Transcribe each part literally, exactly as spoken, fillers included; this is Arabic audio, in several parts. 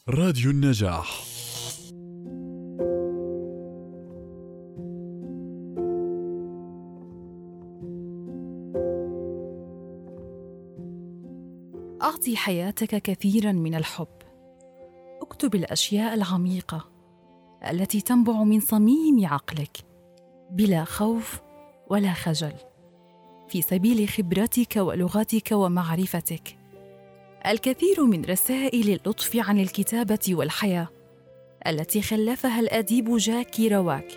راديو النجاح. أعطي حياتك كثيراً من الحب. اكتب الأشياء العميقة التي تنبع من صميم عقلك بلا خوف ولا خجل، في سبيل خبرتك ولغتك ومعرفتك. الكثير من رسائل اللطف عن الكتابة والحياة التي خلفها الأديب جاك كيرواك.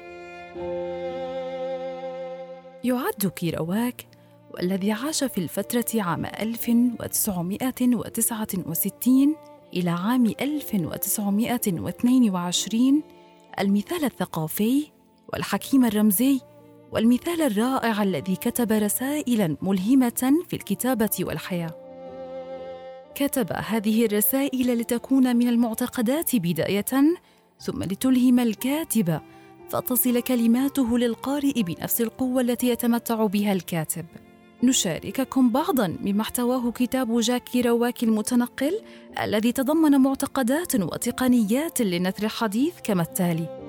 يعد كيرواك والذي عاش في الفترة عام ألف وتسعمائة وتسعة وستين إلى عام ألف وتسعمائة واثنين وعشرين المثال الثقافي والحكيم الرمزي، والمثال الرائع الذي كتب رسائلاً ملهمة في الكتابة والحياة. كتب هذه الرسائل لتكون من المعتقدات بداية، ثم لتلهم الكاتب فتصل كلماته للقارئ بنفس القوة التي يتمتع بها الكاتب. نشارككم بعضاً من محتواه كتاب جاك كيرواك المتنقل، الذي تضمن معتقدات وتقنيات لنثر الحديث كما التالي: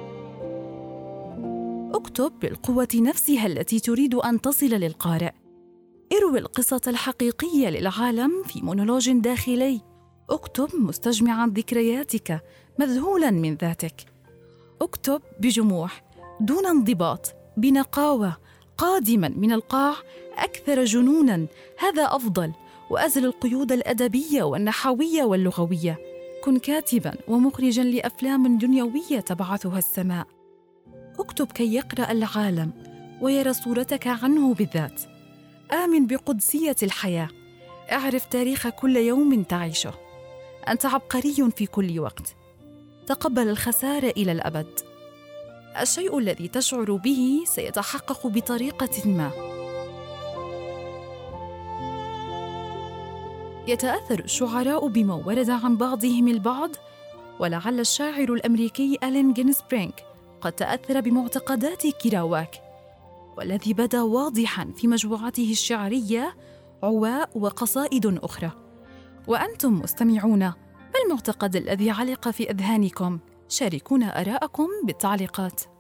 اكتب بالقوة نفسها التي تريد أن تصل للقارئ. اروي القصة الحقيقية للعالم في مونولوج داخلي. اكتب مستجمعاً ذكرياتك، مذهولاً من ذاتك. اكتب بجموح، دون انضباط، بنقاوة، قادماً من القاع، أكثر جنوناً. هذا أفضل، وأزل القيود الأدبية والنحوية واللغوية. كن كاتباً ومخرجاً لأفلام دنيوية تبعثها السماء. اكتب كي يقرأ العالم ويرى صورتك عنه بالذات. آمن بقدسية الحياة. اعرف تاريخ كل يوم تعيشه. أنت عبقري في كل وقت. تقبل الخسارة إلى الأبد. الشيء الذي تشعر به سيتحقق بطريقة ما. يتأثر الشعراء بما ورد عن بعضهم البعض، ولعل الشاعر الأمريكي ألين جينسبرينغ قد تأثر بمعتقدات كيرواك، والذي بدا واضحاً في مجموعته الشعرية عواء وقصائد أخرى. وأنتم مستمعون، ما المعتقد الذي علق في أذهانكم؟ شاركونا آراءكم بالتعليقات.